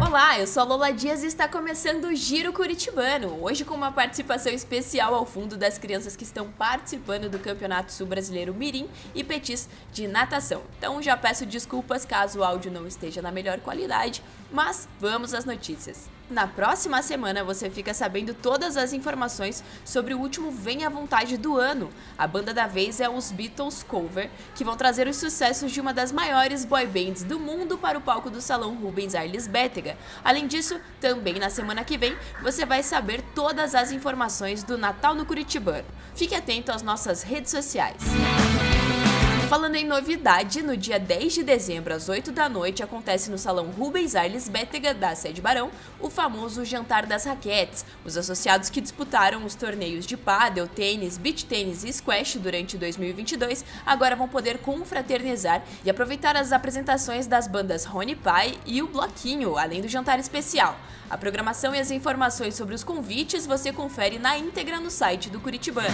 Olá, eu sou a Lola Dias e está começando o Giro Curitibano, hoje com uma participação especial ao fundo das crianças que estão participando do Campeonato Sul Brasileiro Mirim e Petis de natação. Então já peço desculpas caso o áudio não esteja na melhor qualidade, mas vamos às notícias. Na próxima semana você fica sabendo todas as informações sobre o último Vem à Vontade do ano. A banda da vez é os Beatles Cover, que vão trazer os sucessos de uma das maiores boy bands do mundo para o palco do Salão Rubens Aires Bétega. Além disso, também na semana que vem, você vai saber todas as informações do Natal no Curitibano. Fique atento às nossas redes sociais. Falando em novidade, no dia 10 de dezembro, às 8 da noite, acontece no Salão Rubens Aires Bétega, da Sede Barão, o famoso Jantar das Raquetes. Os associados que disputaram os torneios de pádel, tênis, beach tênis e squash durante 2022 agora vão poder confraternizar e aproveitar as apresentações das bandas Rony Pai e o Bloquinho, além do jantar especial. A programação e as informações sobre os convites você confere na íntegra no site do Curitibano.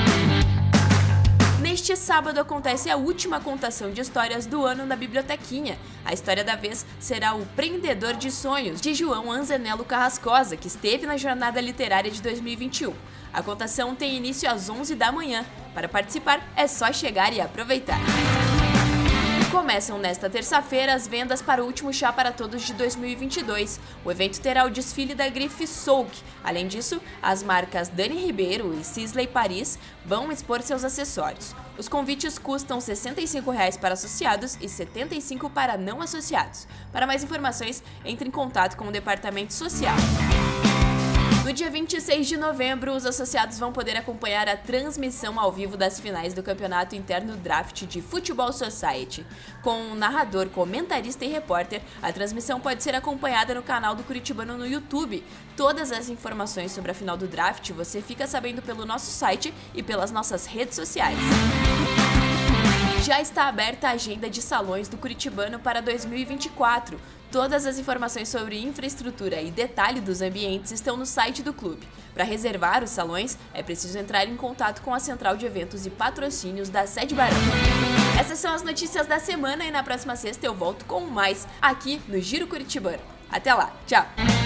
Neste sábado acontece a última contação de histórias do ano na Bibliotequinha. A história da vez será O Prendedor de Sonhos, de João Anzanello Carrascosa, que esteve na Jornada Literária de 2021. A contação tem início às 11 da manhã. Para participar, é só chegar e aproveitar. Começam nesta terça-feira as vendas para o último chá para todos de 2022. O evento terá o desfile da grife Souk. Além disso, as marcas Dani Ribeiro e Sisley Paris vão expor seus acessórios. Os convites custam R$ 65,00 para associados e R$ 75,00 para não associados. Para mais informações, entre em contato com o Departamento Social. No dia 26 de novembro, os associados vão poder acompanhar a transmissão ao vivo das finais do Campeonato Interno Draft de Futebol Society. Com um narrador, comentarista e repórter, a transmissão pode ser acompanhada no canal do Curitibano no YouTube. Todas as informações sobre a final do draft você fica sabendo pelo nosso site e pelas nossas redes sociais. Já está aberta a agenda de salões do Curitibano para 2024. Todas as informações sobre infraestrutura e detalhe dos ambientes estão no site do clube. Para reservar os salões, é preciso entrar em contato com a Central de Eventos e Patrocínios da Sede Barão. Essas são as notícias da semana e na próxima sexta eu volto com mais aqui no Giro Curitibano. Até lá, tchau!